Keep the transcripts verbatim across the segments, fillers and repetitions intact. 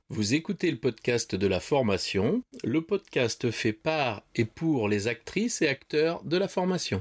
Vous écoutez le podcast de la formation. Le podcast fait par et pour les actrices et acteurs de la formation.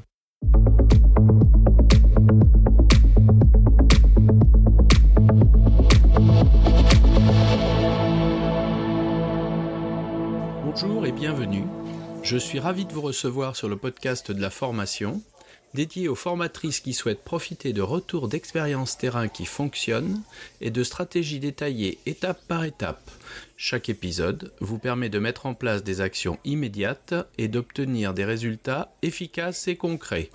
Bonjour et bienvenue. Je suis ravi de vous recevoir sur le podcast de la formation, dédié aux formatrices qui souhaitent profiter de retours d'expériences terrain qui fonctionnent et de stratégies détaillées étape par étape. Chaque épisode vous permet de mettre en place des actions immédiates et d'obtenir des résultats efficaces et concrets.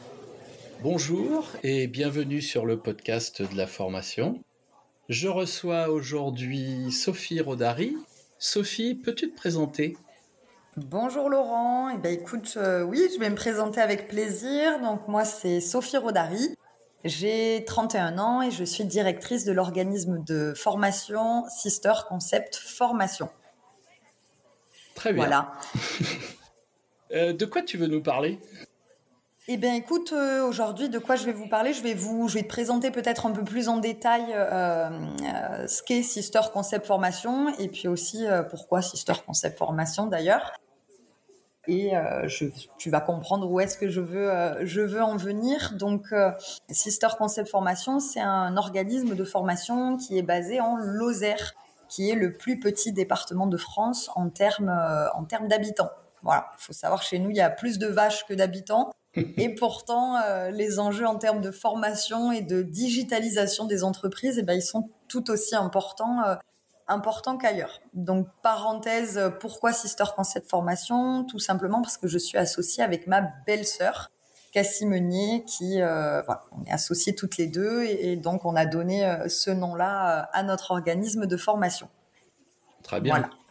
Bonjour et bienvenue sur le podcast de la formation. Je reçois aujourd'hui Sophie Rodari. Sophie, peux-tu te présenter ? Bonjour Laurent, eh bien, écoute, euh, oui, je vais me présenter avec plaisir. Donc moi, c'est Sophie Rodari, j'ai trente et un ans et je suis directrice de l'organisme de formation Sister Concept Formation. Très bien. Voilà. euh, de quoi tu veux nous parler ? Eh bien, écoute, euh, aujourd'hui, de quoi je vais vous parler ? Je vais vous, je vais te présenter peut-être un peu plus en détail euh, euh, ce qu'est Sister Concept Formation et puis aussi euh, pourquoi Sister Concept Formation d'ailleurs. Et euh, je, tu vas comprendre où est-ce que je veux, euh, je veux en venir. Donc, euh, Sister Concept Formation, c'est un organisme de formation qui est basé en Lozère, qui est le plus petit département de France en termes, euh, en termes d'habitants. Voilà, il faut savoir que chez nous, il y a plus de vaches que d'habitants. Et pourtant, euh, les enjeux en termes de formation et de digitalisation des entreprises, eh ben, ils sont tout aussi importants euh, important qu'ailleurs. Donc, parenthèse, pourquoi Sister Concept Formation ? Tout simplement parce que je suis associée avec ma belle-sœur, Cassie Meunier, qui, euh, voilà, on est associées toutes les deux et, et donc on a donné euh, ce nom-là euh, à notre organisme de formation. Très bien. Voilà.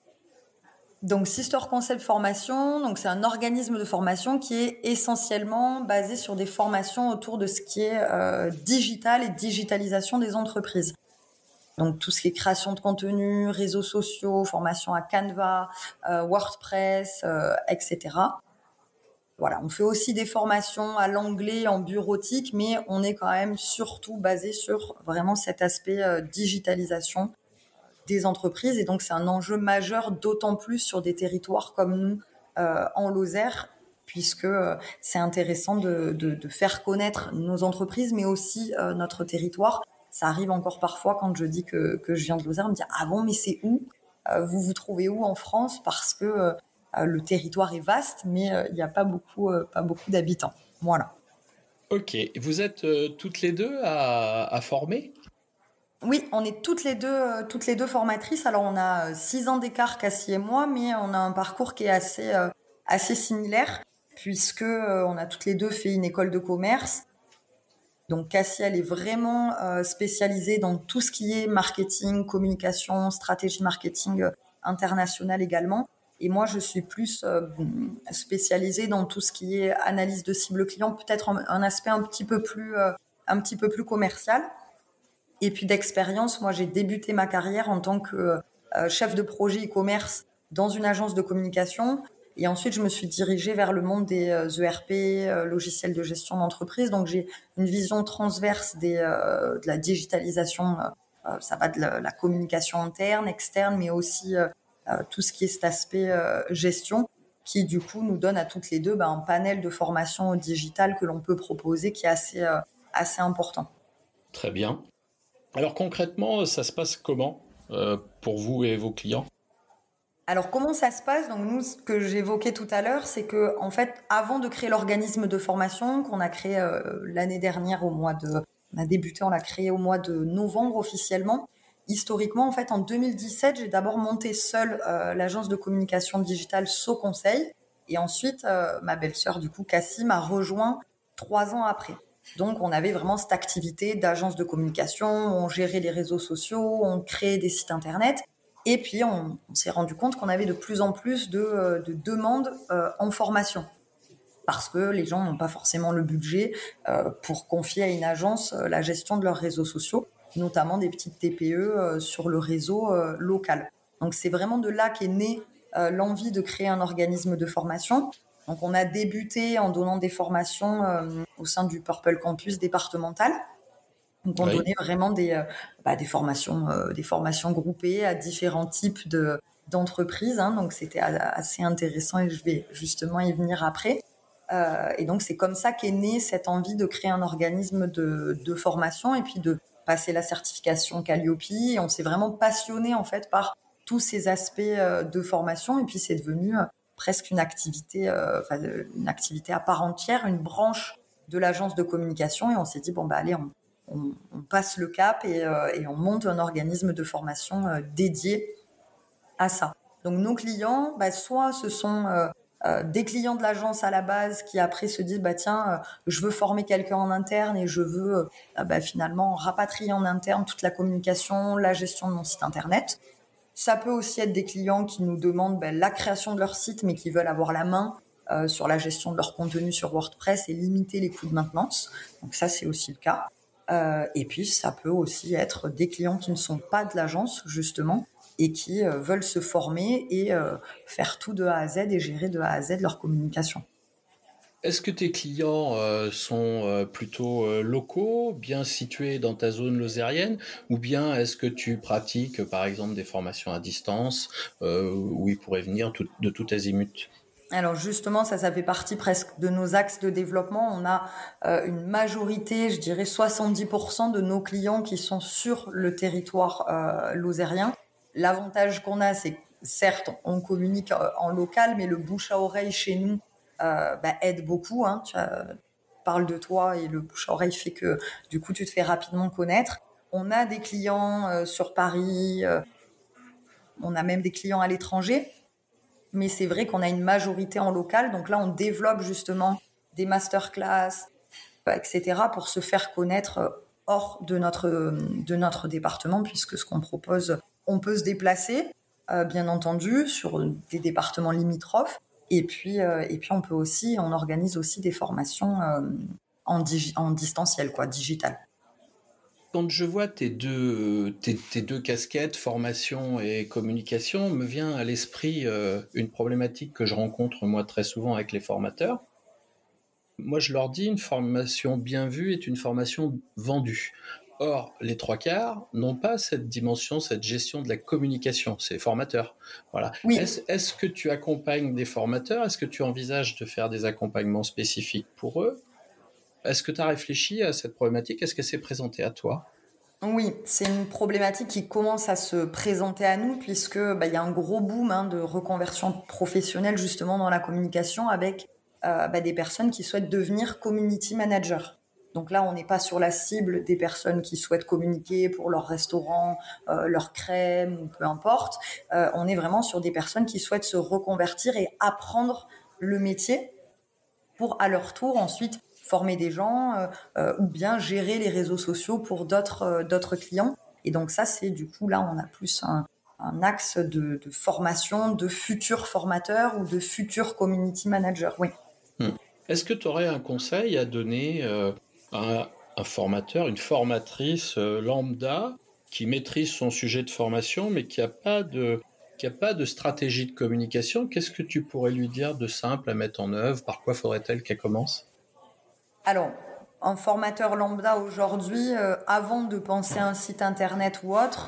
Donc, Sister Concept Formation, donc c'est un organisme de formation qui est essentiellement basé sur des formations autour de ce qui est euh, digital et digitalisation des entreprises. Donc, tout ce qui est création de contenu, réseaux sociaux, formation à Canva, euh, WordPress, euh, et cetera. Voilà, on fait aussi des formations à l'anglais en bureautique, mais on est quand même surtout basé sur vraiment cet aspect euh, digitalisation des entreprises. Et donc, c'est un enjeu majeur, d'autant plus sur des territoires comme nous, euh, en Lozère, puisque euh, c'est intéressant de, de, de faire connaître nos entreprises, mais aussi euh, notre territoire. Ça arrive encore parfois quand je dis que, que je viens de Lozère, on me dit « Ah bon, mais c'est où ? euh, Vous vous trouvez où en France ?» Parce que euh, le territoire est vaste, mais euh, il n'y a pas beaucoup, euh, pas beaucoup d'habitants. Voilà. Ok. Vous êtes euh, toutes les deux à, à former ? Oui, on est toutes les deux, euh, toutes les deux formatrices. Alors, on a euh, six ans d'écart, Cassie et moi, mais on a un parcours qui est assez, euh, assez similaire, puisque euh, on a toutes les deux fait une école de commerce. Donc, Cassie, elle est vraiment euh, spécialisée dans tout ce qui est marketing, communication, stratégie marketing euh, internationale également. Et moi, je suis plus euh, spécialisée dans tout ce qui est analyse de cible client, peut-être un, un aspect un petit peu plus, euh, un petit peu plus commercial. Et puis d'expérience, moi, j'ai débuté ma carrière en tant que euh, chef de projet e-commerce dans une agence de communication. Et ensuite, je me suis dirigée vers le monde des euh, E R P, euh, logiciels de gestion d'entreprise. Donc, j'ai une vision transverse des, euh, de la digitalisation. Euh, ça va de la, la communication interne, externe, mais aussi euh, euh, tout ce qui est cet aspect euh, gestion qui, du coup, nous donne à toutes les deux bah, un panel de formation digitale que l'on peut proposer qui est assez, euh, assez important. Très bien. Alors concrètement, ça se passe comment euh, pour vous et vos clients ? Alors, comment ça se passe ? Donc, nous, ce que j'évoquais tout à l'heure, c'est que, en fait, avant de créer l'organisme de formation qu'on a créé euh, l'année dernière au mois de, on a débuté, on l'a créé au mois de novembre officiellement. Historiquement, en fait, en deux mille dix-sept, j'ai d'abord monté seule euh, l'agence de communication digitale So Conseil, et ensuite, euh, ma belle-sœur, du coup, Cassie, m'a rejoint trois ans après. Donc, on avait vraiment cette activité d'agence de communication, on gérait les réseaux sociaux, on créait des sites internet. Et puis, on, on s'est rendu compte qu'on avait de plus en plus de, de demandes euh, en formation parce que les gens n'ont pas forcément le budget euh, pour confier à une agence euh, la gestion de leurs réseaux sociaux, notamment des petites T P E euh, sur le réseau euh, local. Donc, c'est vraiment de là qu'est née euh, l'envie de créer un organisme de formation. Donc, on a débuté en donnant des formations euh, au sein du Purple Campus départemental. Donc, on Oui. donnait vraiment des, euh, bah, des formations, euh, des formations groupées à différents types de, d'entreprises. Hein, donc, c'était assez intéressant et je vais justement y venir après. Euh, et donc, c'est comme ça qu'est née cette envie de créer un organisme de, de formation et puis de passer la certification Calliope. Et on s'est vraiment passionné en fait par tous ces aspects euh, de formation. Et puis, c'est devenu euh, presque une activité, euh, enfin, une activité à part entière, une branche de l'agence de communication. Et on s'est dit bon bah allez, on, on, on passe le cap et, euh, et on monte un organisme de formation euh, dédié à ça. Donc nos clients, bah, soit ce sont euh, euh, des clients de l'agence à la base qui après se disent bah tiens, euh, je veux former quelqu'un en interne et je veux euh, bah, finalement rapatrier en interne toute la communication, la gestion de mon site internet. Ça peut aussi être des clients qui nous demandent bah, la création de leur site mais qui veulent avoir la main euh, sur la gestion de leur contenu sur WordPress et limiter les coûts de maintenance. Donc ça c'est aussi le cas. Euh, et puis ça peut aussi être des clients qui ne sont pas de l'agence justement et qui euh, veulent se former et euh, faire tout de A à Z et gérer de A à Z leur communication. Est-ce que tes clients euh, sont euh, plutôt euh, locaux, bien situés dans ta zone lozérienne, ou bien est-ce que tu pratiques par exemple des formations à distance euh, où ils pourraient venir tout, de tout azimut? Alors justement, ça, ça fait partie presque de nos axes de développement. On a euh, une majorité, je dirais soixante-dix pour cent de nos clients qui sont sur le territoire euh, lozérien. L'avantage qu'on a, c'est que certes, on communique euh, en local, mais le bouche à oreille chez nous euh, bah, aide beaucoup. Hein. Tu as, parles de toi et le bouche à oreille fait que du coup, tu te fais rapidement connaître. On a des clients euh, sur Paris, euh, on a même des clients à l'étranger. Mais c'est vrai qu'on a une majorité en local. Donc là, on développe justement des masterclass, et cetera pour se faire connaître hors de notre, de notre département, puisque ce qu'on propose, on peut se déplacer, euh, bien entendu, sur des départements limitrophes. Et puis, euh, et puis on peut aussi, on organise aussi des formations euh, en, digi- en distanciel, quoi, digital. Quand je vois tes deux, tes, tes deux casquettes, formation et communication, me vient à l'esprit euh, une problématique que je rencontre moi très souvent avec les formateurs. Moi, je leur dis une formation bien vue est une formation vendue. Or, les trois quarts n'ont pas cette dimension, cette gestion de la communication, ces formateurs. Voilà. Oui. Est-ce, est-ce que tu accompagnes des formateurs? Est-ce que tu envisages de faire des accompagnements spécifiques pour eux? Est-ce que tu as réfléchi à cette problématique? Est-ce qu'elle s'est présentée à toi? Oui, c'est une problématique qui commence à se présenter à nous puisque bah, il y a un gros boom hein, de reconversion professionnelle justement dans la communication avec euh, bah, des personnes qui souhaitent devenir community manager. Donc là, on n'est pas sur la cible des personnes qui souhaitent communiquer pour leur restaurant, euh, leur crème ou peu importe. Euh, on est vraiment sur des personnes qui souhaitent se reconvertir et apprendre le métier pour à leur tour ensuite former des gens euh, euh, ou bien gérer les réseaux sociaux pour d'autres euh, d'autres clients. Et donc ça, c'est du coup là, on a plus un, un axe de, de formation de futurs formateurs ou de futurs community managers. Oui. Hmm. Est-ce que tu aurais un conseil à donner euh, à un formateur, une formatrice euh, lambda qui maîtrise son sujet de formation mais qui n'a pas de qui a pas de stratégie de communication? Qu'est-ce que tu pourrais lui dire de simple à mettre en œuvre? Par quoi faudrait-elle qu'elle commence? Alors, un formateur lambda aujourd'hui, euh, avant de penser à un site internet ou autre,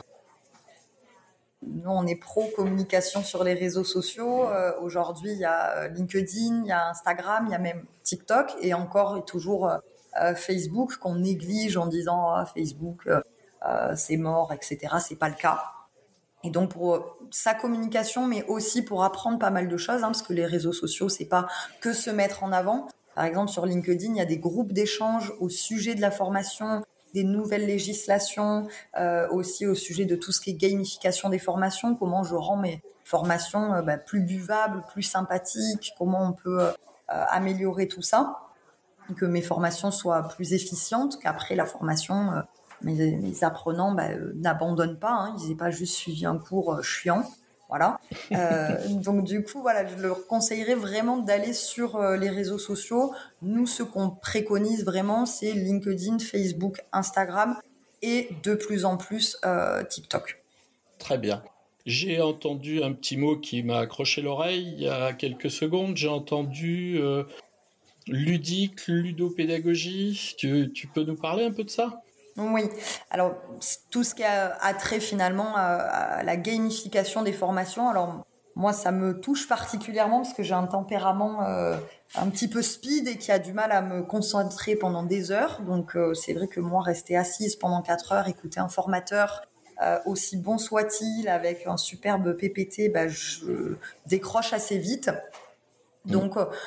nous, on est pro communication sur les réseaux sociaux. Euh, aujourd'hui, il y a LinkedIn, il y a Instagram, il y a même TikTok et encore et toujours euh, euh, Facebook qu'on néglige en disant ah, Facebook, euh, euh, c'est mort, et cetera. C'est pas le cas. Et donc pour euh, sa communication, mais aussi pour apprendre pas mal de choses, hein, parce que les réseaux sociaux, c'est pas que se mettre en avant. Par exemple, sur LinkedIn, il y a des groupes d'échange au sujet de la formation, des nouvelles législations, euh, aussi au sujet de tout ce qui est gamification des formations, comment je rends mes formations euh, bah, plus buvables, plus sympathiques, comment on peut euh, améliorer tout ça, que mes formations soient plus efficientes, qu'après la formation, euh, mes, mes apprenants bah, euh, n'abandonnent pas, hein, ils n'aient pas juste suivi un cours euh, chiant. Voilà. Euh, donc du coup, voilà, je leur conseillerais vraiment d'aller sur euh, les réseaux sociaux. Nous, ce qu'on préconise vraiment, c'est LinkedIn, Facebook, Instagram et de plus en plus euh, TikTok. Très bien. J'ai entendu un petit mot qui m'a accroché l'oreille il y a quelques secondes. J'ai entendu euh, ludique, ludopédagogie. Tu, tu peux nous parler un peu de ça? Oui, alors tout ce qui a, a trait finalement à, à la gamification des formations, alors moi ça me touche particulièrement parce que j'ai un tempérament euh, un petit peu speed et qui a du mal à me concentrer pendant des heures, donc euh, c'est vrai que moi rester assise pendant quatre heures, écouter un formateur, euh, aussi bon soit-il, avec un superbe P P T, bah, je décroche assez vite, donc... Mmh.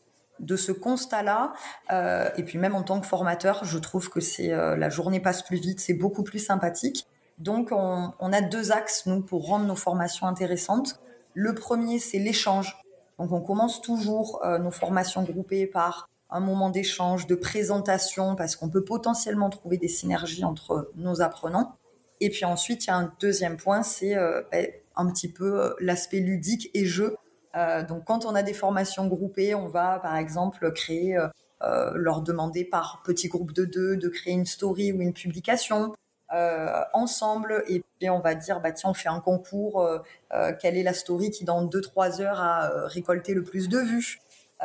De ce constat-là, euh, et puis même en tant que formateur, je trouve que c'est euh, la journée passe plus vite, c'est beaucoup plus sympathique. Donc on, on a deux axes nous pour rendre nos formations intéressantes. Le premier, c'est l'échange. Donc on commence toujours euh, nos formations groupées par un moment d'échange, de présentation, parce qu'on peut potentiellement trouver des synergies entre nos apprenants. Et puis ensuite, il y a un deuxième point, c'est euh, ben, un petit peu l'aspect ludique et jeu. Euh, donc, quand on a des formations groupées, on va, par exemple, créer, euh, euh, leur demander par petit groupe de deux de créer une story ou une publication euh, ensemble. Et puis, on va dire, bah tiens, on fait un concours. Euh, euh, quelle est la story qui, dans deux trois heures, a euh, récolté le plus de vues.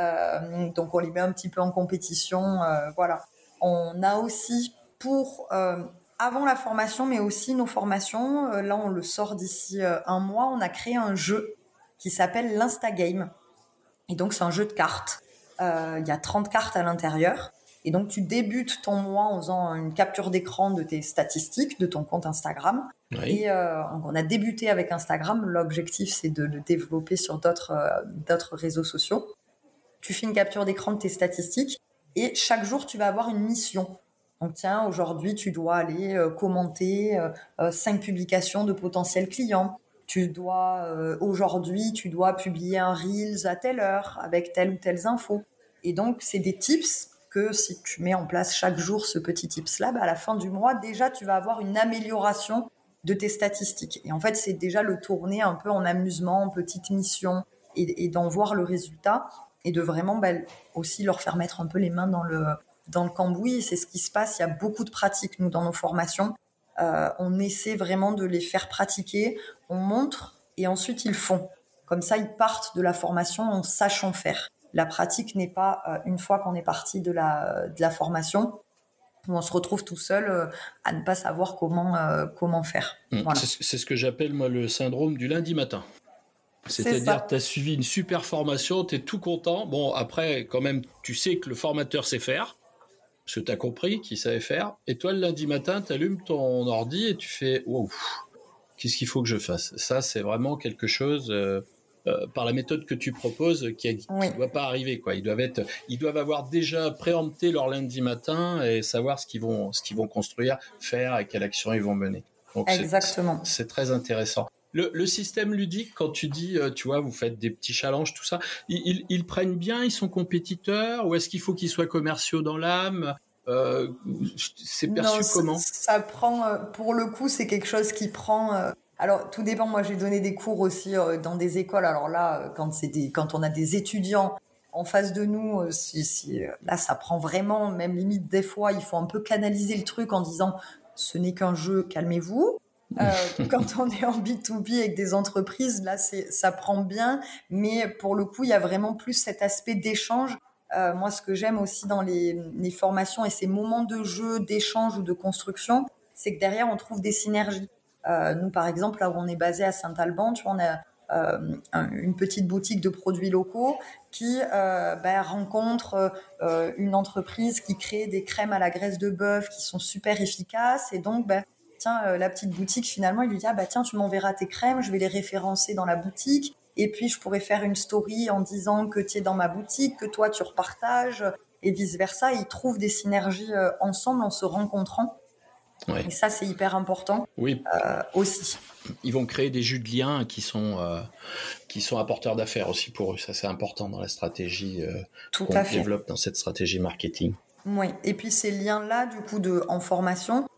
Euh, donc, on les met un petit peu en compétition. Euh, voilà. On a aussi pour euh, avant la formation, mais aussi nos formations. Euh, là, on le sort d'ici euh, un mois. On a créé un jeu qui s'appelle l'Instagame. Et donc, c'est un jeu de cartes. Euh, il y a trente cartes à l'intérieur. Et donc, tu débutes ton mois en faisant une capture d'écran de tes statistiques, de ton compte Instagram. Oui. Et euh, on a débuté avec Instagram. L'objectif, c'est de le développer sur d'autres, euh, d'autres réseaux sociaux. Tu fais une capture d'écran de tes statistiques et chaque jour, tu vas avoir une mission. Donc, tiens, aujourd'hui, tu dois aller euh, commenter euh, cinq publications de potentiels clients. Tu dois, euh, aujourd'hui, tu dois publier un Reels à telle heure avec telle ou telle info. Et donc, c'est des tips que si tu mets en place chaque jour ce petit tips-là, bah, à la fin du mois, déjà, tu vas avoir une amélioration de tes statistiques. Et en fait, c'est déjà le tourner un peu en amusement, en petite mission et, et d'en voir le résultat et de vraiment bah, aussi leur faire mettre un peu les mains dans le, dans le cambouis. Et c'est ce qui se passe. Il y a beaucoup de pratiques, nous, dans nos formations. Euh, on essaie vraiment de les faire pratiquer, on montre et ensuite ils font. Comme ça, ils partent de la formation en sachant faire. La pratique n'est pas euh, une fois qu'on est parti de la, de la formation où on se retrouve tout seul euh, à ne pas savoir comment, euh, comment faire. Mmh. Voilà. C'est, c'est ce que j'appelle moi le syndrome du lundi matin. C'est-à-dire que tu as suivi une super formation, tu es tout content. Bon, après, quand même, tu sais que le formateur sait faire. Parce que tu as compris qu'il savait faire. Et toi, le lundi matin, tu allumes ton ordi et tu fais « Wow, qu'est-ce qu'il faut que je fasse ?» Ça, c'est vraiment quelque chose, euh, euh, par la méthode que tu proposes, qui ne oui. doit pas arriver, quoi. Ils doivent, être, ils doivent avoir déjà préempté leur lundi matin et savoir ce qu'ils vont, ce qu'ils vont construire, faire et quelle action ils vont mener. Donc, exactement. C'est, c'est très intéressant. Le, le système ludique, quand tu dis, euh, tu vois, vous faites des petits challenges, tout ça, ils, ils, ils prennent bien, ils sont compétiteurs, ou est-ce qu'il faut qu'ils soient commerciaux dans l'âme ? euh, C'est perçu non, comment ? Ça prend, euh, pour le coup, c'est quelque chose qui prend. Euh, alors, tout dépend. Moi, j'ai donné des cours aussi euh, dans des écoles. Alors là, quand c'est des, quand on a des étudiants en face de nous, euh, si, si, euh, là, ça prend vraiment, même limite des fois, il faut un peu canaliser le truc en disant, ce n'est qu'un jeu, calmez-vous. Euh, quand on est en B deux B avec des entreprises, là, c'est, ça prend bien, mais pour le coup, il y a vraiment plus cet aspect d'échange. Euh, moi, ce que j'aime aussi dans les, les formations et ces moments de jeu, d'échange ou de construction, c'est que derrière, on trouve des synergies. Euh, nous, par exemple, là où on est basé à Saint-Alban, tu vois, on a euh, un, une petite boutique de produits locaux qui euh, bah, rencontre euh, une entreprise qui crée des crèmes à la graisse de bœuf qui sont super efficaces et donc, bah, tiens, euh, la petite boutique, finalement, il lui dit, ah bah tiens, tu m'enverras tes crèmes, je vais les référencer dans la boutique. Et puis, je pourrais faire une story en disant que tu es dans ma boutique, que toi, tu repartages, et vice-versa. Ils trouvent des synergies euh, ensemble en se rencontrant. Ouais. Et ça, c'est hyper important oui. euh, aussi. Ils vont créer des jus de liens qui sont, euh, qui sont apporteurs d'affaires aussi pour eux. Ça, c'est important dans la stratégie euh, Tout qu'on à fait. développe dans cette stratégie marketing. Oui, et puis ces liens-là, du coup, de, en formation,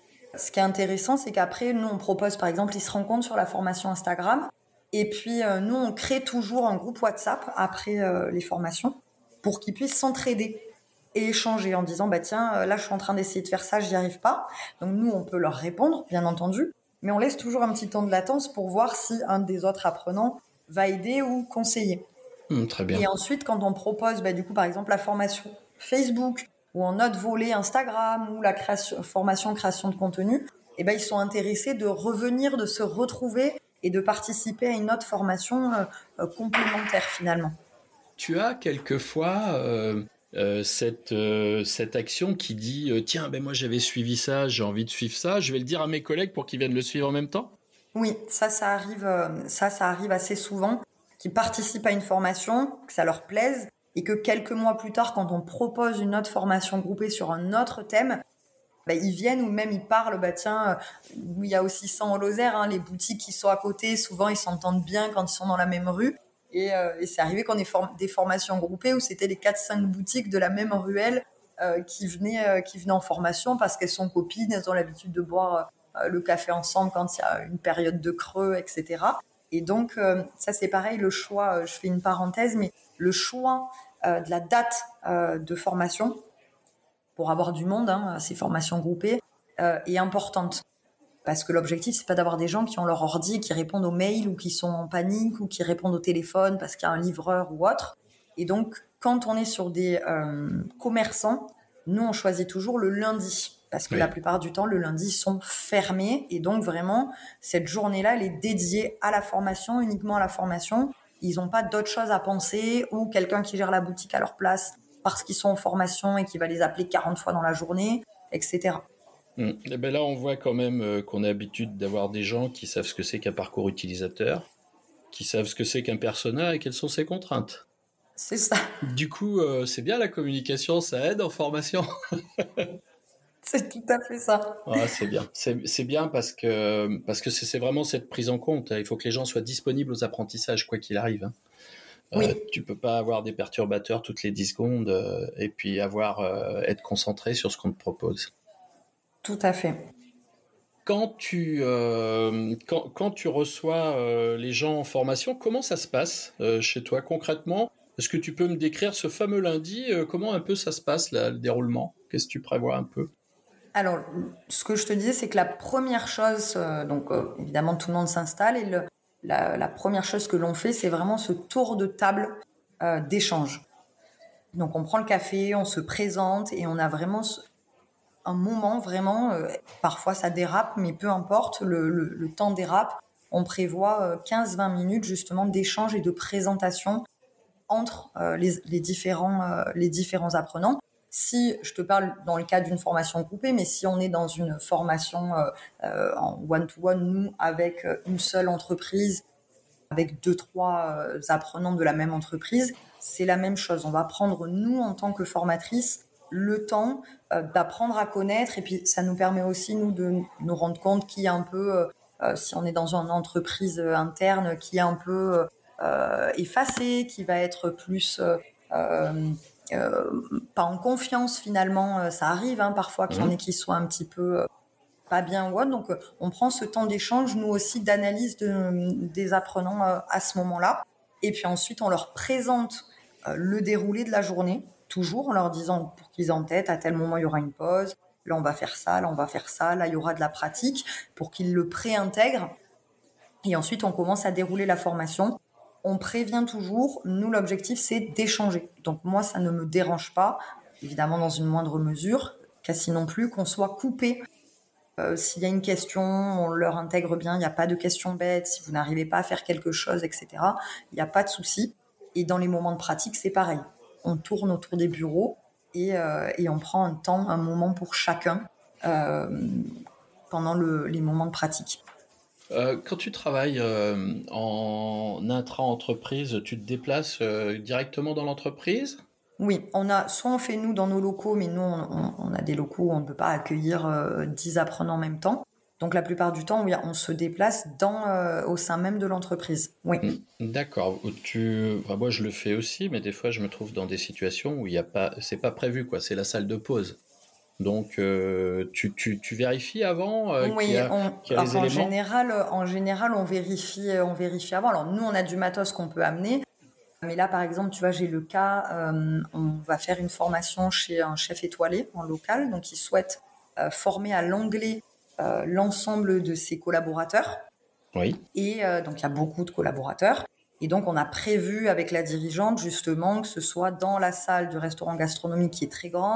ce qui est intéressant, c'est qu'après, nous, on propose, par exemple, ils se rencontrent sur la formation Instagram. Et puis, euh, nous, on crée toujours un groupe WhatsApp après euh, les formations pour qu'ils puissent s'entraider et échanger en disant, bah tiens, euh, là, je suis en train d'essayer de faire ça, j'y arrive pas. Donc, nous, on peut leur répondre, bien entendu, mais on laisse toujours un petit temps de latence pour voir si un des autres apprenants va aider ou conseiller. Mmh, très bien. Et ensuite, quand on propose, bah, du coup, par exemple, la formation Facebook ou en notre volet Instagram ou la création, formation création de contenu, eh ben, ils sont intéressés de revenir, de se retrouver et de participer à une autre formation euh, euh, complémentaire finalement. Tu as quelquefois euh, euh, cette, euh, cette action qui dit euh, tiens, ben moi j'avais suivi ça, j'ai envie de suivre ça, je vais le dire à mes collègues pour qu'ils viennent le suivre en même temps? Oui, ça, ça arrive, euh, ça, ça arrive assez souvent, qu'ils participent à une formation, que ça leur plaise, et que quelques mois plus tard, quand on propose une autre formation groupée sur un autre thème, bah, ils viennent ou même ils parlent, bah tiens, euh, il y a aussi ça en Lozère, hein, les boutiques qui sont à côté, souvent ils s'entendent bien quand ils sont dans la même rue. Et, euh, et c'est arrivé qu'on ait form- des formations groupées où c'était les quatre cinq boutiques de la même ruelle euh, qui, venaient, euh, qui venaient en formation parce qu'elles sont copines, elles ont l'habitude de boire euh, le café ensemble quand il y a une période de creux, et cetera. Et donc, euh, ça c'est pareil, le choix, euh, je fais une parenthèse, mais le choix euh, de la date euh, de formation, pour avoir du monde, hein, ces formations groupées, euh, est importante. Parce que l'objectif, c'est pas d'avoir des gens qui ont leur ordi et qui répondent aux mails ou qui sont en panique ou qui répondent au téléphone parce qu'il y a un livreur ou autre. Et donc, quand on est sur des euh, commerçants, nous, on choisit toujours le lundi. Parce que Oui. la plupart du temps, le lundi, ils sont fermés. Et donc, vraiment, cette journée-là, elle est dédiée à la formation, uniquement à la formation. Ils n'ont pas d'autre chose à penser ou quelqu'un qui gère la boutique à leur place parce qu'ils sont en formation et qui va les appeler quarante fois dans la journée, et cetera. Mmh. Et ben là, on voit quand même euh, qu'on a l'habitude d'avoir des gens qui savent ce que c'est qu'un parcours utilisateur, qui savent ce que c'est qu'un persona et quelles sont ses contraintes. C'est ça. Du coup, euh, c'est bien la communication, ça aide en formation. C'est tout à fait ça. Ah, c'est bien. C'est, c'est bien parce que, parce que c'est, c'est vraiment cette prise en compte. Il faut que les gens soient disponibles aux apprentissages, quoi qu'il arrive. Hein. Oui. Euh, tu peux pas avoir des perturbateurs toutes les dix secondes euh, et puis avoir, euh, être concentré sur ce qu'on te propose. Tout à fait. Quand tu, euh, quand, quand tu reçois euh, les gens en formation, comment ça se passe euh, chez toi concrètement? Est-ce que tu peux me décrire ce fameux lundi? euh, Comment un peu ça se passe, là, le déroulement? Qu'est-ce que tu prévois un peu? Alors, ce que je te disais, c'est que la première chose, euh, donc euh, évidemment tout le monde s'installe et le, la, la première chose que l'on fait, c'est vraiment ce tour de table euh, d'échange. Donc on prend le café, on se présente et on a vraiment ce- un moment vraiment, euh, parfois ça dérape, mais peu importe, le, le, le temps dérape. On prévoit euh, quinze vingt minutes justement d'échange et de présentation entre euh, les, les, différents, euh, les différents apprenants. Si je te parle dans le cadre d'une formation groupée, mais si on est dans une formation euh, euh, en one-to-one, nous, avec une seule entreprise, avec deux, trois euh, apprenants de la même entreprise, c'est la même chose. On va prendre, nous, en tant que formatrices, le temps euh, d'apprendre à connaître et puis ça nous permet aussi, nous, de nous rendre compte qui est un peu, euh, euh, si on est dans une entreprise interne, qui est un peu euh, effacé, qui va être plus... Euh, euh, euh, pas en confiance finalement, ça arrive hein, parfois qu'il y en ait qui soient un petit peu euh, pas bien ou autre. Donc, euh, on prend ce temps d'échange, nous aussi, d'analyse de, des apprenants euh, à ce moment-là. Et puis ensuite, on leur présente euh, le déroulé de la journée, toujours en leur disant pour qu'ils aient en tête, à tel moment, il y aura une pause. Là, on va faire ça, là, on va faire ça. Là, il y aura de la pratique pour qu'ils le pré-intègrent. Et ensuite, on commence à dérouler la formation. On prévient toujours. Nous, l'objectif, c'est d'échanger. Donc, moi, ça ne me dérange pas, évidemment, dans une moindre mesure, quasi non plus, qu'on soit coupé. Euh, s'il y a une question, on leur intègre bien, il n'y a pas de questions bêtes, si vous n'arrivez pas à faire quelque chose, et cetera, il n'y a pas de souci. Et dans les moments de pratique, c'est pareil. On tourne autour des bureaux et, euh, et on prend un temps, un moment pour chacun euh, pendant le, les moments de pratique. Euh, quand tu travailles euh, en intra-entreprise, tu te déplaces euh, directement dans l'entreprise? Oui, on a, soit on fait nous dans nos locaux, mais nous, on, on, on a des locaux où on ne peut pas accueillir euh, dix apprenants en même temps. Donc la plupart du temps, oui, on se déplace dans, euh, au sein même de l'entreprise. Oui. D'accord. Tu... Enfin, moi, je le fais aussi, mais des fois, je me trouve dans des situations où il y a pas, c'est pas prévu, quoi. C'est la salle de pause. Donc, euh, tu, tu, tu vérifies avant euh, qu'il y Oui, a, on, qu'il y a les en éléments? général, en général, on vérifie, on vérifie avant. Alors nous, on a du matos qu'on peut amener, mais là, par exemple, tu vois, j'ai le cas, euh, on va faire une formation chez un chef étoilé en local, donc il souhaite euh, former à l'anglais euh, l'ensemble de ses collaborateurs. Oui. Et euh, donc il y a beaucoup de collaborateurs. Et donc on a prévu avec la dirigeante justement que ce soit dans la salle du restaurant gastronomique qui est très grande,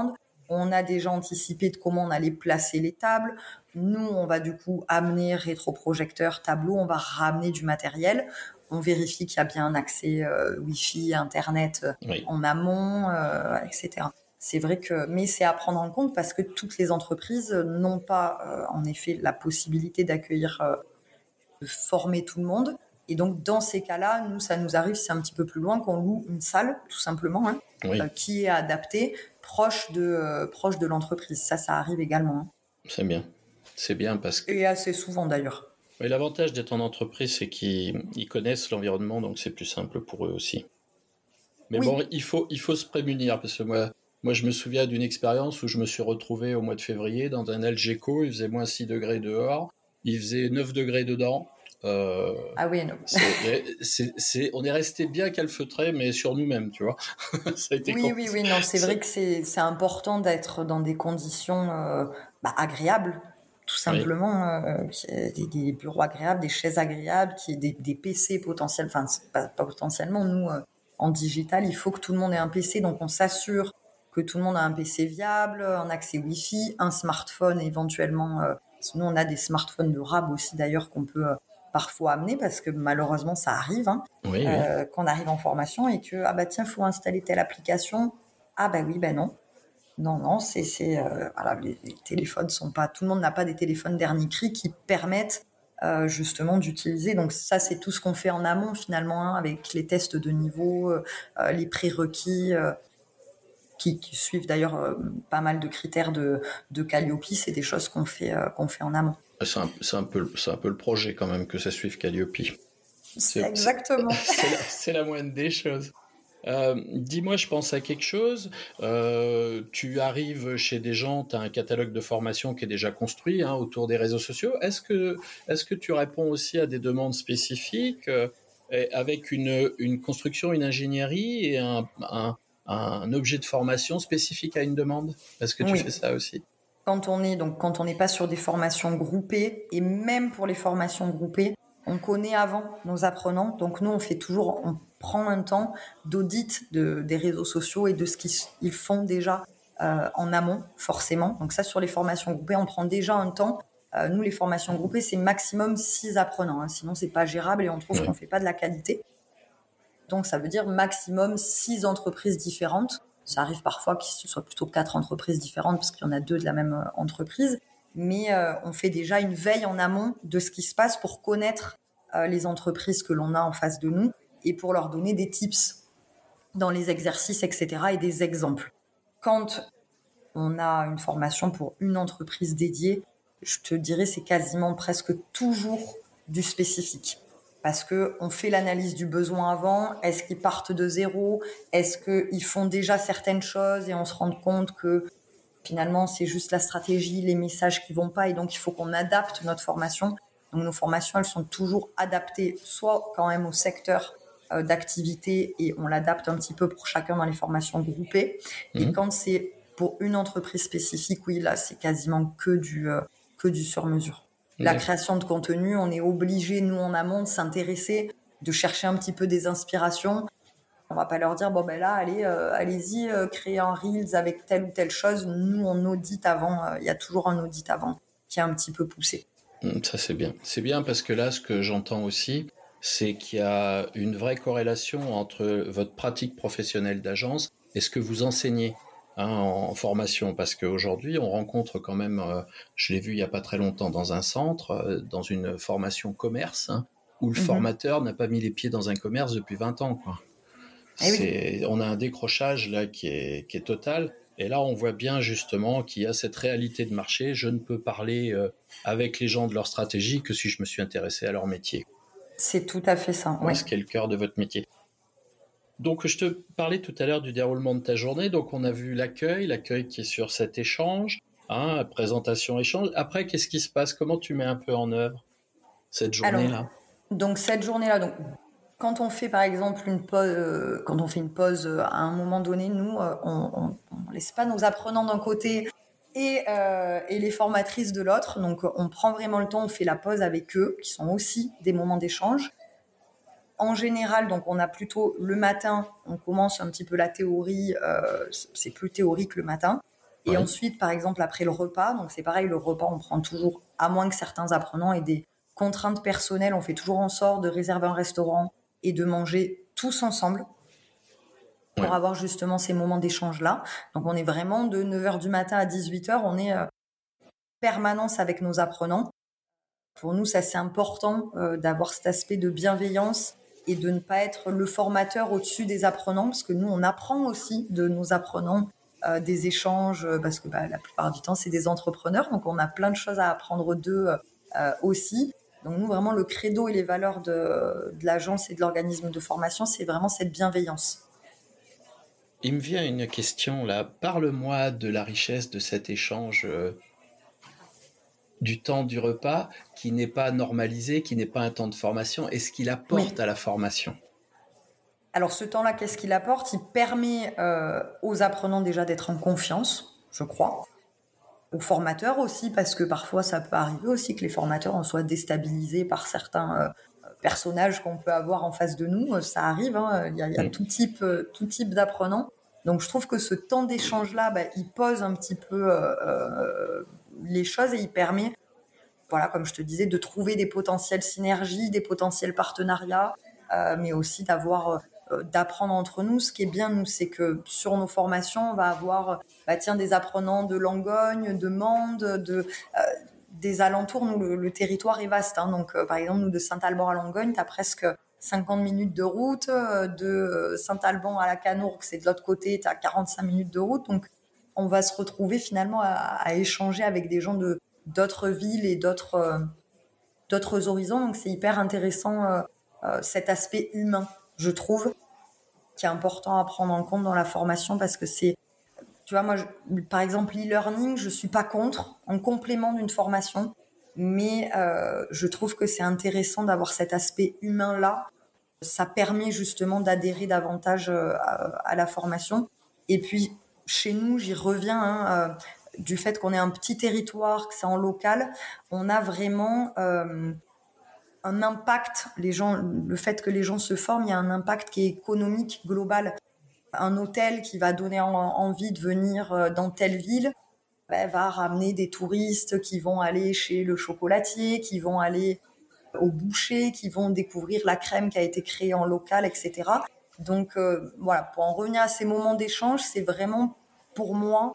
On a déjà anticipé de comment on allait placer les tables. Nous, on va du coup amener rétroprojecteur, tableau, on va ramener du matériel. On vérifie qu'il y a bien un accès euh, Wi-Fi, Internet euh, Oui. en amont, euh, et cetera. C'est vrai que, mais c'est à prendre en compte parce que toutes les entreprises n'ont pas, euh, en effet, la possibilité d'accueillir, euh, de former tout le monde. Et donc, dans ces cas-là, nous, ça nous arrive, c'est un petit peu plus loin, qu'on loue une salle, tout simplement, hein, Oui. euh, qui est adaptée, proche de, euh, proche de l'entreprise. Ça, ça arrive également, hein. C'est bien. C'est bien parce que... Et assez souvent, d'ailleurs. Oui, l'avantage d'être en entreprise, c'est qu'ils ils connaissent l'environnement, donc c'est plus simple pour eux aussi. Mais Oui. bon, il faut, il faut se prémunir, parce que moi, moi, je me souviens d'une expérience où je me suis retrouvé au mois de février dans un Algeco, il faisait moins six degrés dehors, il faisait neuf degrés dedans. Euh, Ah oui, non. c'est, c'est, c'est, on est resté bien calfeutrés, mais sur nous-mêmes, tu vois. Ça a été Oui, con. oui, oui, non, c'est Ça- vrai que c'est, c'est important d'être dans des conditions euh, bah, agréables, tout Oui, simplement, euh, qu'il y ait des, des bureaux agréables, des chaises agréables, qu'il y ait des, des P C potentiels, enfin, c'est pas, pas potentiellement, nous, euh, en digital, il faut que tout le monde ait un P C, donc on s'assure que tout le monde a un P C viable, un accès Wi-Fi, un smartphone éventuellement. Euh, nous, on a des smartphones de R A B aussi, d'ailleurs, qu'on peut euh, parfois amener, parce que malheureusement, ça arrive, hein, oui, oui. euh, qu'on arrive en formation et que, ah bah tiens, faut installer telle application. Ah bah oui, ben non. Non, non, c'est, c'est euh, voilà, les, les téléphones sont pas, tout le monde n'a pas des téléphones dernier cri qui permettent euh, justement d'utiliser. Donc ça, c'est tout ce qu'on fait en amont finalement, hein, avec les tests de niveau, euh, euh, les prérequis, euh, qui, qui suivent d'ailleurs euh, pas mal de critères de, de Calliope. C'est des choses qu'on fait, euh, qu'on fait en amont. C'est un, c'est, un peu, c'est un peu le projet quand même que ça suive Calliope. C'est C'est, c'est, exactement. c'est, la, c'est la moindre des choses. Euh, dis-moi, je pense à quelque chose. Euh, tu arrives chez des gens, tu as un catalogue de formation qui est déjà construit, hein, autour des réseaux sociaux. Est-ce que, est-ce que tu réponds aussi à des demandes spécifiques, euh, avec une, une construction, une ingénierie et un, un, un objet de formation spécifique à une demande? Est-ce que tu fais Oui. ça aussi? Quand on est donc quand on n'est pas sur des formations groupées, et même pour les formations groupées, on connaît avant nos apprenants. Donc nous, on fait toujours, on prend un temps d'audit de, des réseaux sociaux et de ce qu'ils font déjà euh, en amont, forcément. Donc ça, sur les formations groupées, on prend déjà un temps. Euh, nous, les formations groupées, c'est maximum six apprenants, hein, sinon c'est pas gérable et on trouve Oui. qu'on fait pas de la qualité. Donc ça veut dire maximum six entreprises différentes. Ça arrive parfois que ce soit plutôt quatre entreprises différentes parce qu'il y en a deux de la même euh, entreprise. Mais euh, on fait déjà une veille en amont de ce qui se passe pour connaître euh, les entreprises que l'on a en face de nous et pour leur donner des tips dans les exercices, et cetera et des exemples. Quand on a une formation pour une entreprise dédiée, je te dirais c'est quasiment presque toujours du spécifique. Parce que on fait l'analyse du besoin avant. Est-ce qu'ils partent de zéro? Est-ce qu'ils font déjà certaines choses et on se rend compte que finalement c'est juste la stratégie, les messages qui vont pas et donc il faut qu'on adapte notre formation. Donc nos formations elles sont toujours adaptées soit quand même au secteur euh, d'activité et on l'adapte un petit peu pour chacun dans les formations groupées. Mmh. Et quand c'est pour une entreprise spécifique, oui là c'est quasiment que du euh, que du sur mesure. La D'accord. création de contenu, on est obligé, nous en amont, de s'intéresser, de chercher un petit peu des inspirations. On va pas leur dire, bon ben là, allez, euh, allez-y, euh, créer un Reels avec telle ou telle chose. Nous, on audite avant, il euh, y a toujours un audit avant qui est un petit peu poussé. Ça, c'est bien. C'est bien parce que là, ce que j'entends aussi, c'est qu'il y a une vraie corrélation entre votre pratique professionnelle d'agence et ce que vous enseignez, hein, en formation. Parce qu'aujourd'hui, on rencontre quand même, euh, je l'ai vu il n'y a pas très longtemps dans un centre, euh, dans une formation commerce, hein, où le Mm-hmm. formateur n'a pas mis les pieds dans un commerce depuis vingt ans, quoi. Eh oui. C'est, on a un décrochage là qui est, qui est total. Et là, on voit bien justement qu'il y a cette réalité de marché. Je ne peux parler euh, avec les gens de leur stratégie que si je me suis intéressé à leur métier. C'est tout à fait ça, Ouais, ouais. ce qui est le cœur de votre métier. Donc, je te parlais tout à l'heure du déroulement de ta journée. Donc, on a vu l'accueil, l'accueil qui est sur cet échange, hein, présentation, échange. Après, qu'est-ce qui se passe? Comment tu mets un peu en œuvre cette journée-là? Alors, donc cette journée-là, donc quand on fait par exemple une pause, euh, quand on fait une pause euh, à un moment donné, nous, euh, on, on, on laisse pas nos apprenants d'un côté et, euh, et les formatrices de l'autre. Donc, on prend vraiment le temps, on fait la pause avec eux, qui sont aussi des moments d'échange. En général, donc on a plutôt le matin, on commence un petit peu la théorie, euh, c'est plus théorique le matin. Et Ouais. ensuite, par exemple, après le repas, donc c'est pareil, le repas, on prend toujours, à moins que certains apprenants aient des contraintes personnelles, on fait toujours en sorte de réserver un restaurant et de manger tous ensemble pour Ouais. avoir justement ces moments d'échange-là. Donc on est vraiment de neuf heures du matin à dix-huit heures, on est euh, permanence avec nos apprenants. Pour nous, ça c'est important euh, d'avoir cet aspect de bienveillance et de ne pas être le formateur au-dessus des apprenants, parce que nous, on apprend aussi de nos apprenants euh, des échanges, euh, parce que bah, la plupart du temps, c'est des entrepreneurs, donc on a plein de choses à apprendre d'eux euh, aussi. Donc nous, vraiment, le credo et les valeurs de, de l'agence et de l'organisme de formation, c'est vraiment cette bienveillance. Il me vient une question là. Parle-moi de la richesse de cet échange euh, du temps du repas qui n'est pas normalisé, qui n'est pas un temps de formation, et ce qu'il apporte Oui. à la formation. Alors ce temps-là, qu'est-ce qu'il apporte? Il permet euh, aux apprenants déjà d'être en confiance, je crois. Aux formateurs aussi, parce que parfois ça peut arriver aussi que les formateurs en soient déstabilisés par certains euh, personnages qu'on peut avoir en face de nous. Ça arrive, hein, il y a, il y a Mm. tout type, euh, tout type d'apprenants. Donc je trouve que ce temps d'échange-là, bah, il pose un petit peu euh, euh, les choses et il permet, voilà, comme je te disais, de trouver des potentielles synergies, des potentiels partenariats, euh, mais aussi d'avoir, euh, d'apprendre entre nous. Ce qui est bien, nous, c'est que sur nos formations, on va avoir, bah, tiens, des apprenants de Langogne, de Mende, de, euh, des alentours. Nous, le, le territoire est vaste. Hein, donc, euh, par exemple, nous, de Saint-Alban à Langogne, tu as presque cinquante minutes de route. Euh, de Saint-Alban à la Canourgue, c'est de l'autre côté, tu as quarante-cinq minutes de route. Donc, on va se retrouver finalement à, à échanger avec des gens de d'autres villes et d'autres euh, d'autres horizons. Donc c'est hyper intéressant euh, euh, cet aspect humain, je trouve, qui est important à prendre en compte dans la formation parce que c'est, tu vois, moi, je, par exemple, l'e-learning, je suis pas contre, en complément d'une formation, mais euh, je trouve que c'est intéressant d'avoir cet aspect humain-là. Ça permet justement d'adhérer davantage euh, à, à la formation. Et puis, chez nous, j'y reviens, hein, euh, du fait qu'on est un petit territoire, que c'est en local, on a vraiment euh, un impact. Les gens, le fait que les gens se forment, il y a un impact qui est économique global. Un hôtel qui va donner en, envie de venir dans telle ville, ben, va ramener des touristes qui vont aller chez le chocolatier, qui vont aller au boucher, qui vont découvrir la crème qui a été créée en local, et cetera. Donc euh, voilà, pour en revenir à ces moments d'échange, c'est vraiment pour moi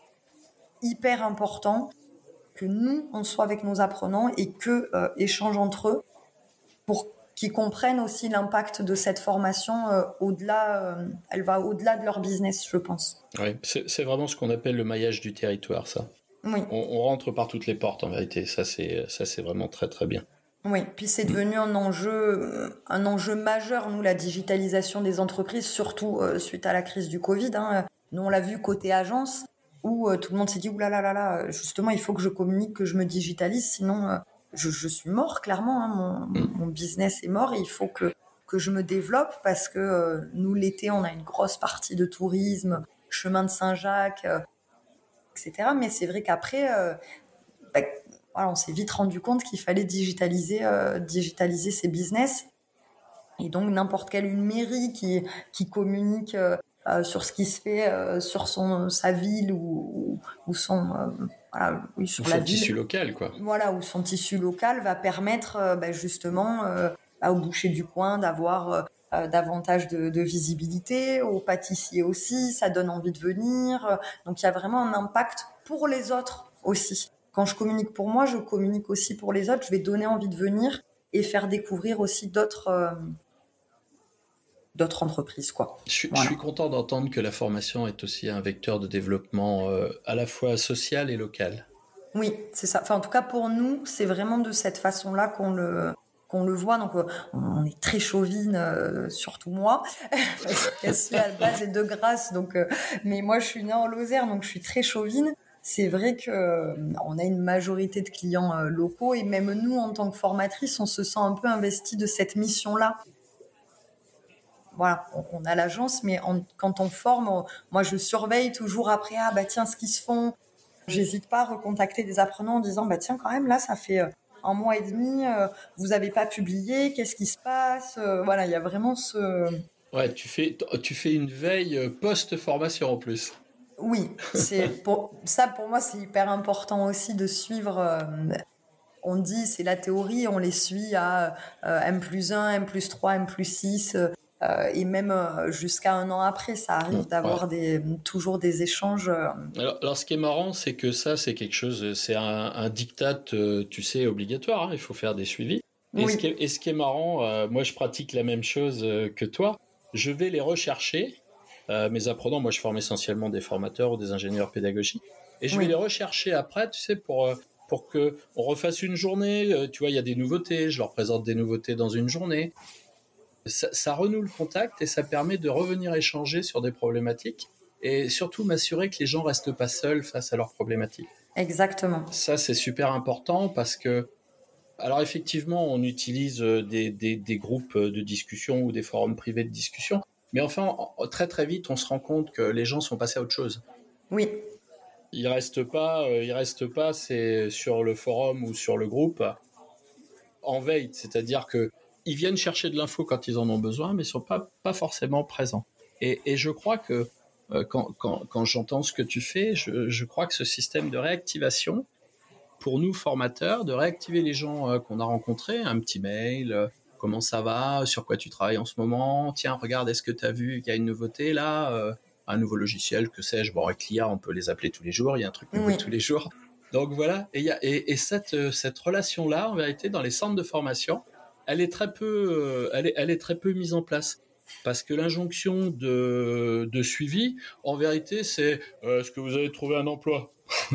hyper important que nous, on soit avec nos apprenants et qu'eux euh, échangent entre eux pour qu'ils comprennent aussi l'impact de cette formation euh, au-delà, euh, elle va au-delà de leur business, je pense. Oui, c'est, c'est vraiment ce qu'on appelle le maillage du territoire, ça. Oui. On, on rentre par toutes les portes, en vérité. Ça, c'est, ça, c'est vraiment très, très bien. Oui, puis c'est devenu un enjeu, un enjeu majeur, nous, la digitalisation des entreprises, surtout euh, suite à la crise du Covid. Hein. Nous, on l'a vu côté agence, où euh, tout le monde s'est dit, oulala, là, là, là, justement, il faut que je communique, que je me digitalise, sinon euh, je, je suis mort, clairement. Hein, mon, Mm. mon business est mort et il faut que, que je me développe parce que euh, nous, l'été, on a une grosse partie de tourisme, chemin de Saint-Jacques, euh, et cetera. Mais c'est vrai qu'après... Euh, bah, voilà, on s'est vite rendu compte qu'il fallait digitaliser, euh, digitaliser ses business. Et donc, n'importe quelle une mairie qui, qui communique euh, euh, sur ce qui se fait euh, sur son, sa ville ou, ou son, euh, voilà, oui, sur Ou la son ville. tissu local, quoi. Voilà, ou son tissu local va permettre euh, bah, justement euh, au boucher du coin d'avoir euh, davantage de, de visibilité, aux pâtissiers aussi, ça donne envie de venir. Donc, il y a vraiment un impact pour les autres aussi. Quand je communique pour moi, je communique aussi pour les autres. Je vais donner envie de venir et faire découvrir aussi d'autres, euh, d'autres entreprises, quoi. Je suis, Voilà. je suis content d'entendre que la formation est aussi un vecteur de développement euh, à la fois social et local. Oui, c'est ça. Enfin, en tout cas, pour nous, c'est vraiment de cette façon-là qu'on le, qu'on le voit. Donc, euh, on est très chauvine, euh, surtout moi, parce que je suis à la base est de Grasse. Donc, euh, mais moi, je suis née en Lozère, donc je suis très chauvine. C'est vrai que euh, on a une majorité de clients euh, locaux et même nous, en tant que formatrice, on se sent un peu investi de cette mission-là. Voilà, on, on a l'agence, mais en, quand on forme, on, moi, je surveille toujours après. Ah bah tiens, ce qu'ils se font. J'hésite pas à recontacter des apprenants en disant bah tiens quand même là ça fait euh, un mois et demi euh, vous avez pas publié, qu'est-ce qui se passe, euh, voilà, il y a vraiment ce Ouais, tu fais, tu fais une veille post-formation en plus. Oui, c'est pour ça pour moi c'est hyper important aussi de suivre. Euh, on dit c'est la théorie, on les suit à euh, M plus un, M plus trois, M plus six, euh, et même euh, jusqu'à un an après, ça arrive Ouais. d'avoir des, toujours des échanges. Euh... Alors, alors, ce qui est marrant, c'est que ça, c'est quelque chose, c'est un, un diktat, euh, tu sais, obligatoire. Hein, il faut faire des suivis. Et, Oui. ce, qui est, et ce qui est marrant, euh, moi, je pratique la même chose euh, que toi. Je vais les rechercher. Euh, mes apprenants, moi, je forme essentiellement des formateurs ou des ingénieurs pédagogiques. Et je Oui. vais les rechercher après, tu sais, pour, euh, pour qu'on refasse une journée. Euh, tu vois, il y a des nouveautés. Je leur présente des nouveautés dans une journée. Ça, ça renoue le contact et ça permet de revenir échanger sur des problématiques et surtout m'assurer que les gens restent pas seuls face à leurs problématiques. Exactement. Ça, c'est super important parce que, alors effectivement, on utilise des, des, des groupes de discussion ou des forums privés de discussion, mais enfin, très très vite, on se rend compte que les gens sont passés à autre chose. Oui. Ils restent pas, ils restent pas, c'est sur le forum ou sur le groupe en veille, c'est-à-dire que ils viennent chercher de l'info quand ils en ont besoin, mais sont pas pas forcément présents. Et, et je crois que euh, quand, quand, quand j'entends ce que tu fais, je, je crois que ce système de réactivation, pour nous formateurs, de réactiver les gens euh, qu'on a rencontrés, un petit mail, euh, comment ça va, sur quoi tu travailles en ce moment, tiens, regarde, est-ce que tu as vu qu'il y a une nouveauté là, euh, un nouveau logiciel, que sais-je, bon, avec l'I A, on peut les appeler tous les jours, il y a un truc nouveau Oui. tous les jours. Donc voilà, et, y a, et, et cette, cette relation-là, en vérité, dans les centres de formation, elle est très peu, elle est, elle est très peu mise en place. Parce que l'injonction de, de suivi, en vérité, c'est euh, est-ce que vous avez trouvé un emploi?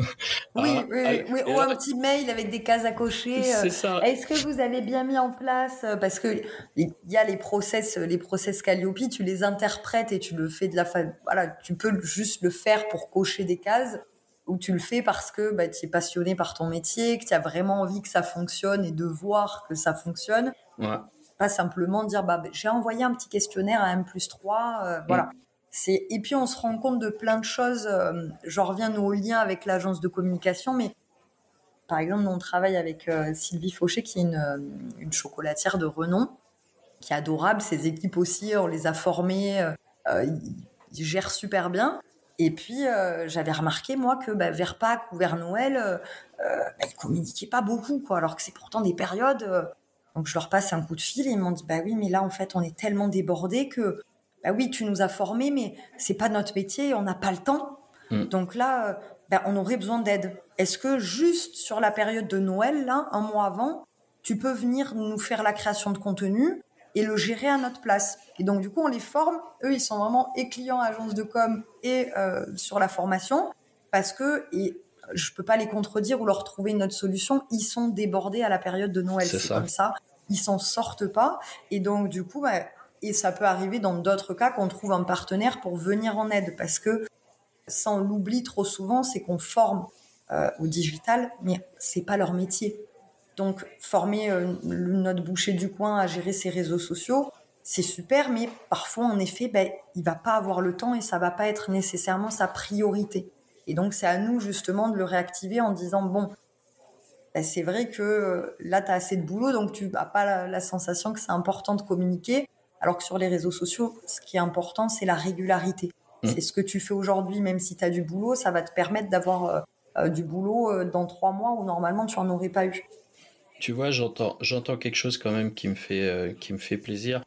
Oui, ah, oui, ah, oui, oui. Ou alors, un petit mail avec des cases à cocher. euh, c'est ça. Est-ce que vous avez bien mis en place euh, parce que il y a les process, les process Calliope, tu les interprètes et tu le fais de la fa... voilà, tu peux juste le faire pour cocher des cases ou tu le fais parce que bah, tu es passionné par ton métier, que tu as vraiment envie que ça fonctionne et de voir que ça fonctionne. Ouais. Pas simplement dire bah j'ai envoyé un petit questionnaire à M plus trois, euh, voilà. Mm. C'est et puis on se rend compte de plein de choses. Euh, j'en reviens au lien avec l'agence de communication, mais par exemple, nous on travaille avec euh, Sylvie Fauché, qui est une, euh, une chocolatière de renom, qui est adorable. Ses équipes aussi, on les a formées, euh, euh, ils, ils gèrent super bien. Et puis euh, j'avais remarqué moi que bah, vers Pâques ou vers Noël, euh, euh, bah, ils communiquaient pas beaucoup, quoi, alors que c'est pourtant des périodes. Euh, donc je leur passe un coup de fil et ils m'ont dit bah oui, mais là en fait on est tellement débordés que bah oui, tu nous as formés, mais c'est pas notre métier, on n'a pas le temps. Mm. Donc là, euh, bah, on aurait besoin d'aide. Est-ce que juste sur la période de Noël, là, un mois avant, tu peux venir nous faire la création de contenu et le gérer à notre place? Et donc du coup, on les forme. Eux, ils sont vraiment et clients agence de com et euh, sur la formation parce que et je peux pas les contredire ou leur trouver une autre solution. Ils sont débordés à la période de Noël, C'est c'est ça. comme ça. Ils s'en sortent pas et donc du coup, bah, et ça peut arriver dans d'autres cas qu'on trouve un partenaire pour venir en aide parce que ça on l'oublie trop souvent, c'est qu'on forme euh, au digital, mais c'est pas leur métier. Donc former euh, notre boucher du coin à gérer ses réseaux sociaux, c'est super, mais parfois en effet, ben, il va pas avoir le temps et ça va pas être nécessairement sa priorité. Et donc c'est à nous justement de le réactiver en disant bon, ben, c'est vrai que euh, là tu as assez de boulot, donc tu n'as pas la, la sensation que c'est important de communiquer, alors que sur les réseaux sociaux, ce qui est important, c'est la régularité. Mm. C'est ce que tu fais aujourd'hui, même si tu as du boulot, ça va te permettre d'avoir euh, euh, du boulot euh, dans trois mois où normalement tu en aurais pas eu. Tu vois, j'entends, j'entends quelque chose quand même qui me fait, euh, qui me fait plaisir.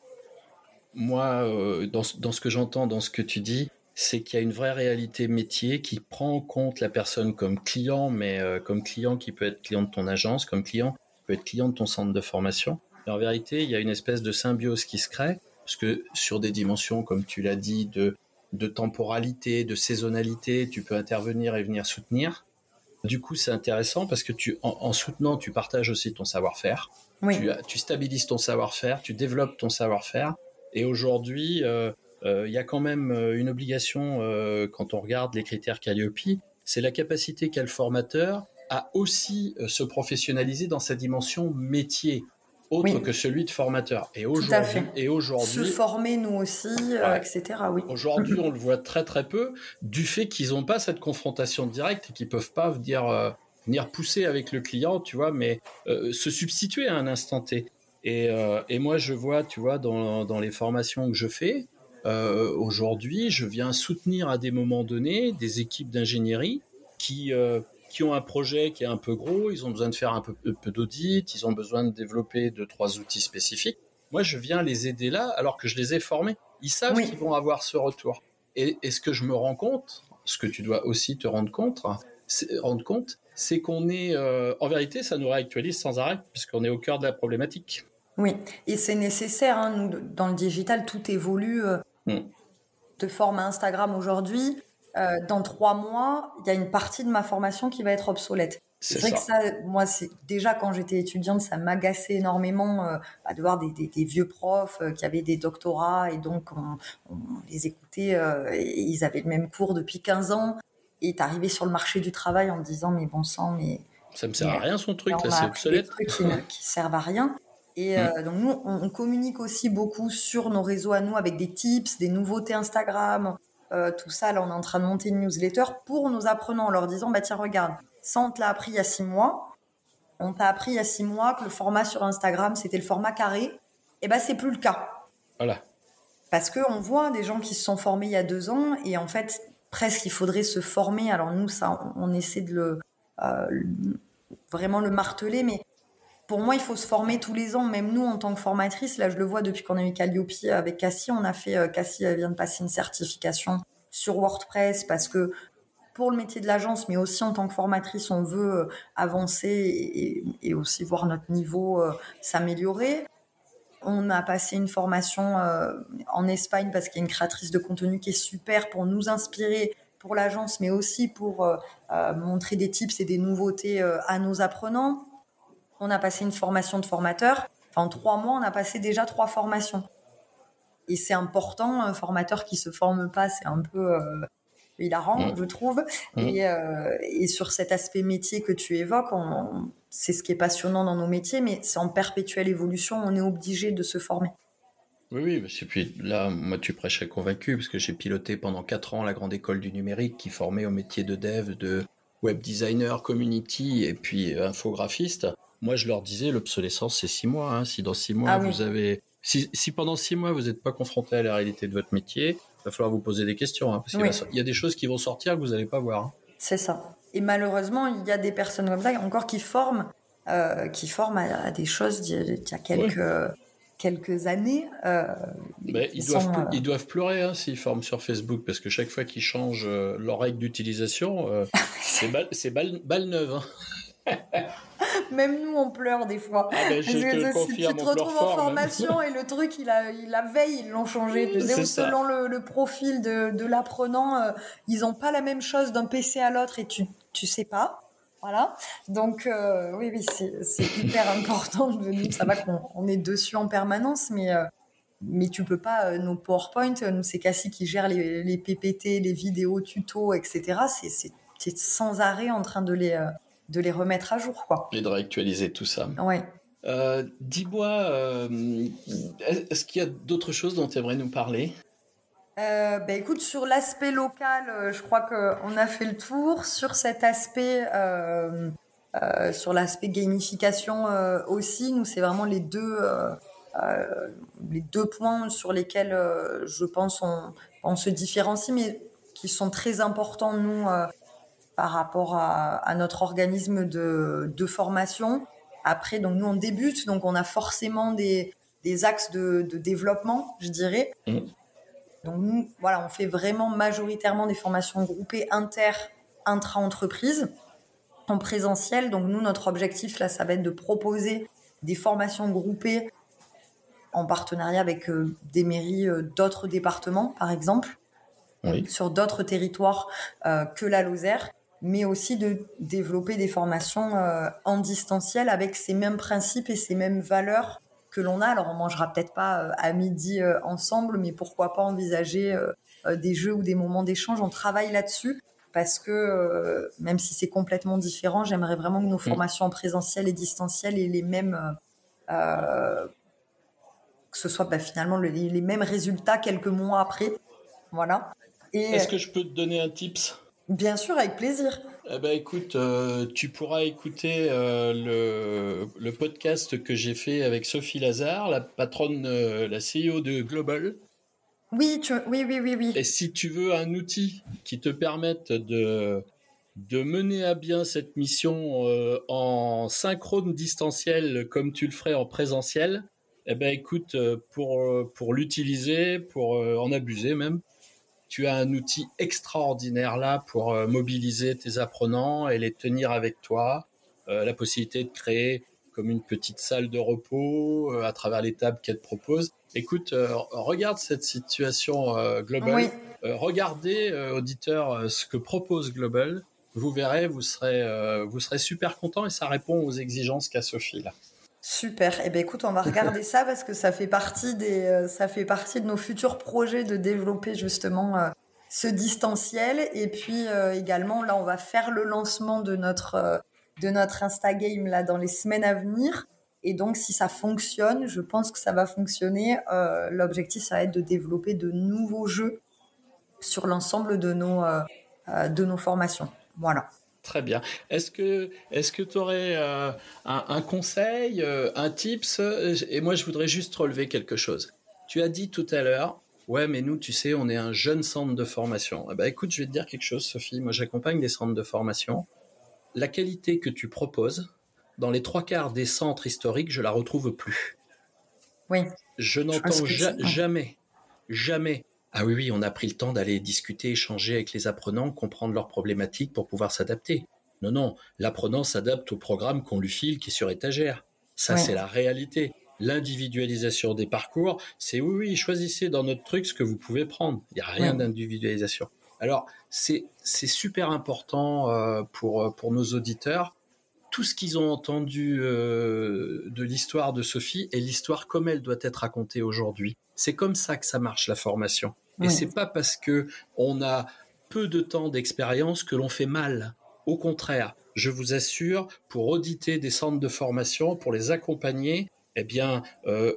Moi, euh, dans, dans ce que j'entends, dans ce que tu dis, c'est qu'il y a une vraie réalité métier qui prend en compte la personne comme client, mais euh, comme client qui peut être client de ton agence, comme client qui peut être client de ton centre de formation. Et en vérité, il y a une espèce de symbiose qui se crée, parce que sur des dimensions, comme tu l'as dit, de, de temporalité, de saisonnalité, tu peux intervenir et venir soutenir. Du coup, c'est intéressant parce que tu, en, en soutenant, tu partages aussi ton savoir-faire. Oui. Tu, tu stabilises ton savoir-faire, tu développes ton savoir-faire. Et aujourd'hui, euh, euh, y a quand même une obligation euh, quand on regarde les critères Calliope, c'est la capacité qu'a le formateur à aussi euh, se professionnaliser dans sa dimension métier, autre Oui. que celui de formateur. Et Tout à fait. aujourd'hui, et aujourd'hui, se former nous aussi, euh, ouais, et cetera. Oui. aujourd'hui, on le voit très très peu du fait qu'ils n'ont pas cette confrontation directe et qu'ils peuvent pas venir euh, venir pousser avec le client, tu vois, mais euh, se substituer à un instant T. Et, euh, et moi, je vois, tu vois, dans, dans les formations que je fais, Euh, aujourd'hui, je viens soutenir à des moments donnés des équipes d'ingénierie qui, euh, qui ont un projet qui est un peu gros, ils ont besoin de faire un peu, un peu d'audit, ils ont besoin de développer deux, trois outils spécifiques. Moi, je viens les aider là alors que je les ai formés. Ils savent Oui. qu'ils vont avoir ce retour. Et, et ce que je me rends compte, ce que tu dois aussi te rendre compte, c'est, rendre compte, c'est qu'on est, euh, en vérité, ça nous réactualise sans arrêt puisqu'on est au cœur de la problématique. Oui, et c'est nécessaire. Hein, nous, dans le digital, tout évolue. Euh, mm. Te forme à Instagram aujourd'hui. Euh, dans trois mois, il y a une partie de ma formation qui va être obsolète. C'est, c'est vrai ça. que ça, moi, c'est déjà quand j'étais étudiante, ça m'agaçait énormément euh, bah, de voir des, des, des vieux profs euh, qui avaient des doctorats et donc on, on les écoutait. Euh, et ils avaient le même cours depuis quinze ans et t'arrivais sur le marché du travail en te disant mais bon sang, mais ça me sert mais, à rien son truc là, c'est obsolète. Des trucs qui, ne, qui servent à rien. Et euh, donc nous, on, on communique aussi beaucoup sur nos réseaux à nous avec des tips, des nouveautés Instagram, euh, tout ça. Là, on est en train de monter une newsletter pour nos apprenants en leur disant, bah tiens, regarde, ça on te l'a appris il y a six mois. On t'a appris il y a six mois que le format sur Instagram, c'était le format carré. Et ben, c'est plus le cas. Voilà. Parce qu'on voit des gens qui se sont formés il y a deux ans et en fait, presque il faudrait se former. Alors nous, ça, on, on essaie de le, euh, vraiment le marteler, mais pour moi, il faut se former tous les ans. Même nous, en tant que formatrice, là, je le vois depuis qu'on a eu Calliope avec Cassie, on a fait, euh, Cassie elle vient de passer une certification sur WordPress parce que pour le métier de l'agence, mais aussi en tant que formatrice, on veut euh, avancer et, et aussi voir notre niveau euh, s'améliorer. On a passé une formation euh, en Espagne parce qu'il y a une créatrice de contenu qui est super pour nous inspirer pour l'agence, mais aussi pour euh, euh, montrer des tips et des nouveautés euh, à nos apprenants. On a passé une formation de formateur. Enfin, en trois mois, on a passé déjà trois formations. Et c'est important, un formateur qui se forme pas, c'est un peu euh, hilarant, mmh. je trouve. Mmh. Et, euh, et sur cet aspect métier que tu évoques, on, c'est ce qui est passionnant dans nos métiers, mais c'est en perpétuelle évolution, on est obligé de se former. Oui, oui, et puis là, moi, tu prêchais convaincu, parce que j'ai piloté pendant quatre ans la grande école du numérique qui formait au métier de dev, de web designer, community et puis infographiste. Moi, je leur disais, l'obsolescence, c'est six mois. Hein. Si dans six mois, ah, vous oui. avez, si, si pendant six mois, vous n'êtes pas confronté à la réalité de votre métier, il va falloir vous poser des questions. Hein, parce oui. qu'il y a des choses qui vont sortir que vous n'allez pas voir. Hein. C'est ça. Et malheureusement, il y a des personnes comme ça, encore qui forment, euh, qui forment à, à des choses d'il y a quelques, oui. quelques années. Euh, ben, ils, doivent, sont, euh... ils doivent pleurer hein, s'ils forment sur Facebook, parce que chaque fois qu'ils changent euh, leur règle d'utilisation, euh, c'est balle, c'est balle, balle neuve. Hein. Même nous, on pleure des fois. Ah ben, je te le confirme, tu te retrouves en formation et le truc, il a, il, la veille, ils l'ont changé. Tu sais, selon le, le profil de, de l'apprenant, euh, ils n'ont pas la même chose d'un P C à l'autre et tu tu sais pas. Voilà. Donc, euh, oui, oui, c'est, c'est hyper important de nous. Ça va qu'on on est dessus en permanence, mais, euh, mais tu peux pas, euh, nos PowerPoint, nous, c'est Cassie qui gère les, les P P T, les vidéos, tutos, et cetera. C'est, c'est, c'est sans arrêt en train de les... Euh, de les remettre à jour, quoi. Et de réactualiser tout ça. Ouais. Euh, dis-moi, euh, est-ce qu'il y a d'autres choses dont tu aimerais nous parler ? euh, bah, écoute, sur l'aspect local, euh, je crois qu'on a fait le tour. Sur cet aspect, euh, euh, sur l'aspect gamification euh, aussi, nous, c'est vraiment les deux, euh, euh, les deux points sur lesquels euh, je pense on, on se différencie, mais qui sont très importants, nous, euh, par rapport à, à notre organisme de, de formation. Après, donc nous, on débute, donc on a forcément des, des axes de, de développement, je dirais. Mmh. Donc nous, voilà, on fait vraiment majoritairement des formations groupées inter, intra-entreprises en présentiel. Donc nous, notre objectif, là, ça va être de proposer des formations groupées en partenariat avec euh, des mairies euh, d'autres départements, par exemple, oui. sur d'autres territoires euh, que la Lozère, mais aussi de développer des formations euh, en distanciel avec ces mêmes principes et ces mêmes valeurs que l'on a. Alors, on mangera peut-être pas euh, à midi euh, ensemble, mais pourquoi pas envisager euh, euh, des jeux ou des moments d'échange. On travaille là-dessus parce que, euh, même si c'est complètement différent, j'aimerais vraiment que nos formations en présentiel et distanciel aient les mêmes... Euh, que ce soit bah, finalement le, les mêmes résultats quelques mois après. Voilà. Et est-ce que je peux te donner un tips ? Bien sûr, avec plaisir. Eh ben, écoute, euh, tu pourras écouter euh, le, le podcast que j'ai fait avec Sophie Lazare, la patronne, euh, la C E O de Global. Oui, tu... oui, oui, oui, oui. Et si tu veux un outil qui te permette de, de mener à bien cette mission euh, en synchrone distanciel comme tu le ferais en présentiel, eh ben écoute, pour, pour l'utiliser, pour euh, en abuser même, tu as un outil extraordinaire là pour euh, mobiliser tes apprenants et les tenir avec toi. Euh, la possibilité de créer comme une petite salle de repos euh, à travers les tables qu'elle te propose. Écoute, euh, regarde cette situation euh, Global. Oui. Euh, regardez, euh, auditeurs, euh, ce que propose Global. Vous verrez, vous serez, euh, vous serez super content et ça répond aux exigences qu'a Sophie là. Super. Eh ben écoute, on va regarder ça parce que ça fait partie des, euh, ça fait partie de nos futurs projets de développer justement euh, ce distanciel. Et puis euh, également, là, on va faire le lancement de notre euh, de notre Instagame là dans les semaines à venir. Et donc, si ça fonctionne, je pense que ça va fonctionner. Euh, l'objectif, ça va être de développer de nouveaux jeux sur l'ensemble de nos euh, euh, de nos formations. Voilà. Très bien. Est-ce que est-ce que tu aurais euh, un, un conseil, euh, un tips? Et moi, je voudrais juste relever quelque chose. Tu as dit tout à l'heure, ouais, mais nous, tu sais, on est un jeune centre de formation. Eh ben, écoute, je vais te dire quelque chose, Sophie. Moi, j'accompagne des centres de formation. La qualité que tu proposes, dans les trois quarts des centres historiques, je la retrouve plus. Oui. Je n'entends ja- jamais, jamais. Ah oui, oui, on a pris le temps d'aller discuter, échanger avec les apprenants, comprendre leurs problématiques pour pouvoir s'adapter. Non, non, l'apprenant s'adapte au programme qu'on lui file qui est sur étagère. Ça, Oui. c'est la réalité. L'individualisation des parcours, c'est oui, oui, choisissez dans notre truc ce que vous pouvez prendre. Il n'y a rien Oui. d'individualisation. Alors, c'est, c'est super important euh, pour, pour nos auditeurs. Tout ce qu'ils ont entendu euh, de l'histoire de Sophie et l'histoire comme elle doit être racontée aujourd'hui. C'est comme ça que ça marche, la formation. Oui. Et c'est pas parce que on a peu de temps d'expérience que l'on fait mal. Au contraire, je vous assure, pour auditer des centres de formation, pour les accompagner, eh bien, euh,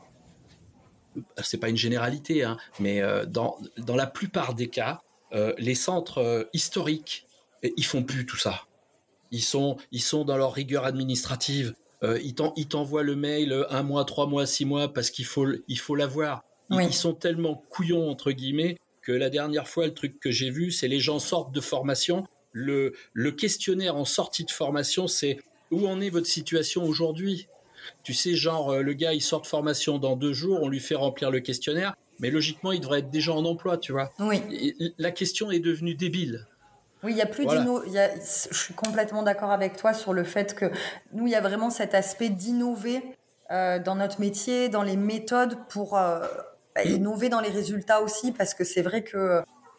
c'est pas une généralité, hein, mais euh, dans, dans la plupart des cas, euh, les centres euh, historiques, ils font plus tout ça. Ils sont, ils sont dans leur rigueur administrative. Euh, ils, t'en, ils t'envoient le mail un mois, trois mois, six mois parce qu'il faut, il faut l'avoir. Ils, Oui. ils sont tellement couillons, entre guillemets, que la dernière fois, le truc que j'ai vu, c'est les gens sortent de formation. Le, le questionnaire en sortie de formation, c'est où en est votre situation aujourd'hui? Tu sais, genre, le gars, il sort de formation dans deux jours, on lui fait remplir le questionnaire, mais logiquement, il devrait être déjà en emploi, tu vois. Oui. Et la question est devenue débile. Oui, il y a plus Voilà. d'inno. Il y a... Je suis complètement d'accord avec toi sur le fait que nous, il y a vraiment cet aspect d'innover euh, dans notre métier, dans les méthodes pour euh, bah, innover dans les résultats aussi, parce que c'est vrai que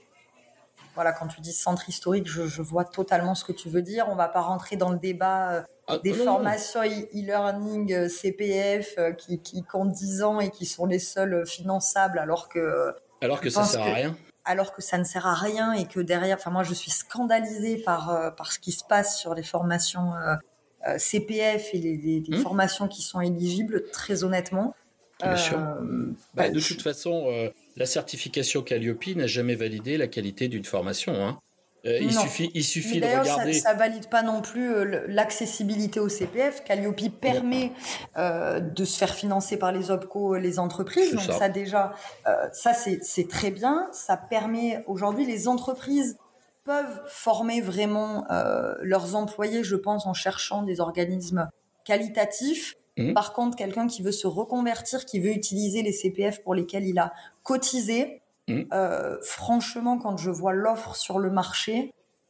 voilà, quand tu dis centre historique, je, je vois totalement ce que tu veux dire. On va pas rentrer dans le débat euh, Ah, des non, formations e- e-learning, euh, C P F, euh, qui, qui comptent dix ans et qui sont les seuls finançables, alors que alors je que ça pense sert que à rien. alors que ça ne sert à rien et que derrière, enfin moi je suis scandalisée par euh, par ce qui se passe sur les formations euh, euh, C P F et les, les, les Hum formations qui sont éligibles, très honnêtement. Bien sûr. Euh, Bah, bah, de je- toute façon, euh, la certification Calliope n'a jamais validé la qualité d'une formation. Hein. Euh, il Non. suffit, il Mais suffit de d'ailleurs, ça, regarder. ça valide pas non plus euh, le- l'accessibilité au C P F. Calliope permet euh, de se faire financer par les OPCO, les entreprises. C'est Donc ça. ça déjà, euh, ça c'est c'est très bien. Ça permet aujourd'hui les entreprises peuvent former vraiment euh, leurs employés, je pense, en cherchant des organismes qualitatifs. Hum, Par contre, quelqu'un qui veut se reconvertir, qui veut utiliser les C P F pour lesquels il a cotisé, hum. euh, franchement, quand je vois l'offre sur le marché,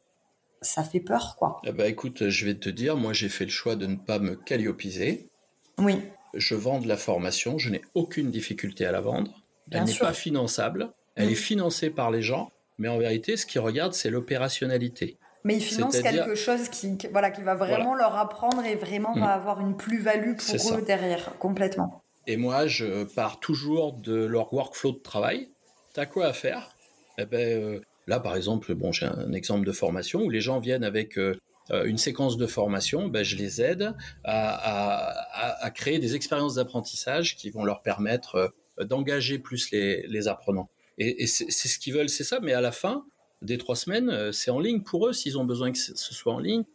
ça fait peur, quoi. Eh ben, écoute, je vais te dire, moi j'ai fait le choix de ne pas me calliopiser. Oui, Je vends de la formation, je n'ai aucune difficulté à la vendre. bien Elle n'est sûr. pas finançable, elle Mm. est financée par les gens, mais en vérité, ce qu'ils regardent, c'est l'opérationnalité. Mais ils financent C'est-à-dire, quelque chose qui, qui- voilà, qui va vraiment voilà, leur apprendre et vraiment Hum, va avoir une plus-value c'est pour eux ça. derrière, complètement. Et moi, je pars toujours de leur workflow de travail. T'as quoi à faire? Eh ben, euh, là, par exemple, bon, j'ai un exemple de formation où les gens viennent avec euh, une séquence de formation. Ben, je les aide à, à, à, à créer des expériences d'apprentissage qui vont leur permettre euh, d'engager plus les, les apprenants. Et, et c'est, c'est ce qu'ils veulent, c'est ça. Mais à la fin des trois semaines, euh, c'est en ligne pour eux s'ils ont besoin que ce soit en ligne.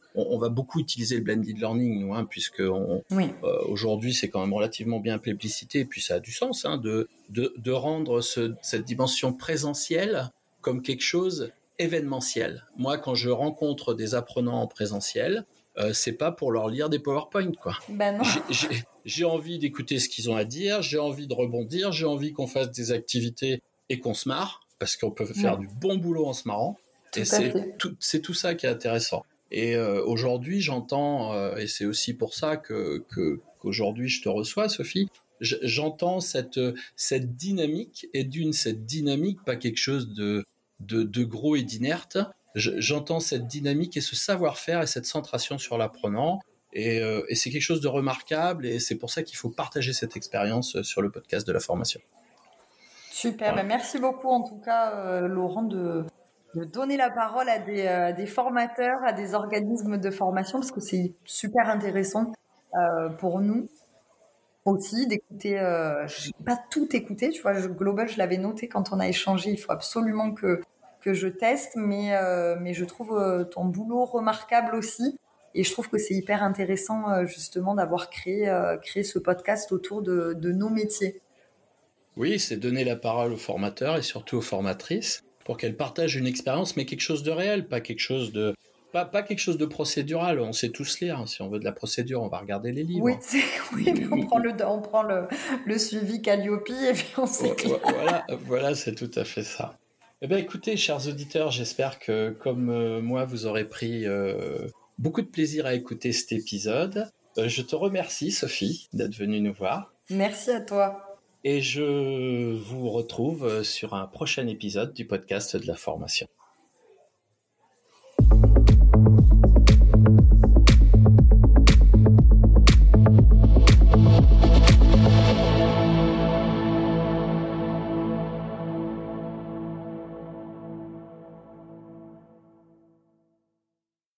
on, on va beaucoup utiliser le blended learning, nous, hein, puisque on, oui. euh, aujourd'hui, c'est quand même relativement bien plébiscité, et puis ça a du sens hein, de, de, de rendre ce, cette dimension présentielle comme quelque chose événementiel. Moi, quand je rencontre des apprenants en présentiel, euh, c'est pas pour leur lire des PowerPoint, quoi. Ben non. J'ai, j'ai, j'ai envie d'écouter ce qu'ils ont à dire, j'ai envie de rebondir, j'ai envie qu'on fasse des activités et qu'on se marre, parce qu'on peut faire oui. du bon boulot en se marrant. Tout et c'est tout, c'est tout ça qui est intéressant. Et euh, aujourd'hui, j'entends, euh, et c'est aussi pour ça que, que qu'aujourd'hui je te reçois, Sophie, j'entends cette cette dynamique, et d'une cette dynamique, pas quelque chose de de, de gros et d'inerte. J'entends cette dynamique et ce savoir-faire et cette centration sur l'apprenant. Et, euh, et c'est quelque chose de remarquable, et c'est pour ça qu'il faut partager cette expérience sur le podcast de la formation. Super, ouais. ben merci beaucoup en tout cas, euh, Laurent, de, de donner la parole à des, euh, des formateurs, à des organismes de formation, parce que c'est super intéressant euh, pour nous aussi d'écouter. Euh, j'ai pas tout écouté, tu vois, je, Global, je l'avais noté quand on a échangé. Il faut absolument que que je teste, mais euh, mais je trouve euh, ton boulot remarquable aussi. Et je trouve que c'est hyper intéressant euh, justement d'avoir créé euh, créé ce podcast autour de, de nos métiers. Oui, c'est donner la parole aux formateurs et surtout aux formatrices pour qu'elles partagent une expérience, mais quelque chose de réel, pas quelque chose de pas, pas quelque chose de procédural. On sait tous lire. Si on veut de la procédure, on va regarder les livres. Oui, c'est, oui mais on prend le on prend le, le suivi Calliope et puis on s'éclaire. Voilà, voilà, c'est tout à fait ça. Eh bien, écoutez, chers auditeurs, j'espère que, comme euh, moi, vous aurez pris euh, beaucoup de plaisir à écouter cet épisode. Euh, je te remercie, Sophie, d'être venue nous voir. Merci à toi. Et je vous retrouve sur un prochain épisode du podcast de la formation.